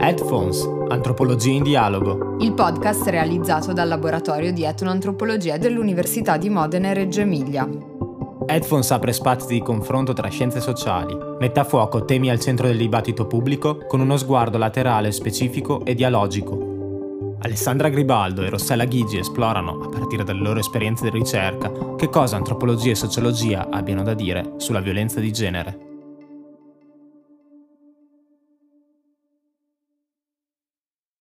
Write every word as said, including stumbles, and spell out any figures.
Headphones, Antropologia in dialogo. Il podcast realizzato dal laboratorio di etnoantropologia dell'Università di Modena e Reggio Emilia. Headphones apre spazi di confronto tra scienze sociali, mette a fuoco temi al centro del dibattito pubblico con uno sguardo laterale, specifico e dialogico. Alessandra Gribaldo e Rossella Ghigi esplorano, a partire dalle loro esperienze di ricerca, che cosa antropologia e sociologia abbiano da dire sulla violenza di genere.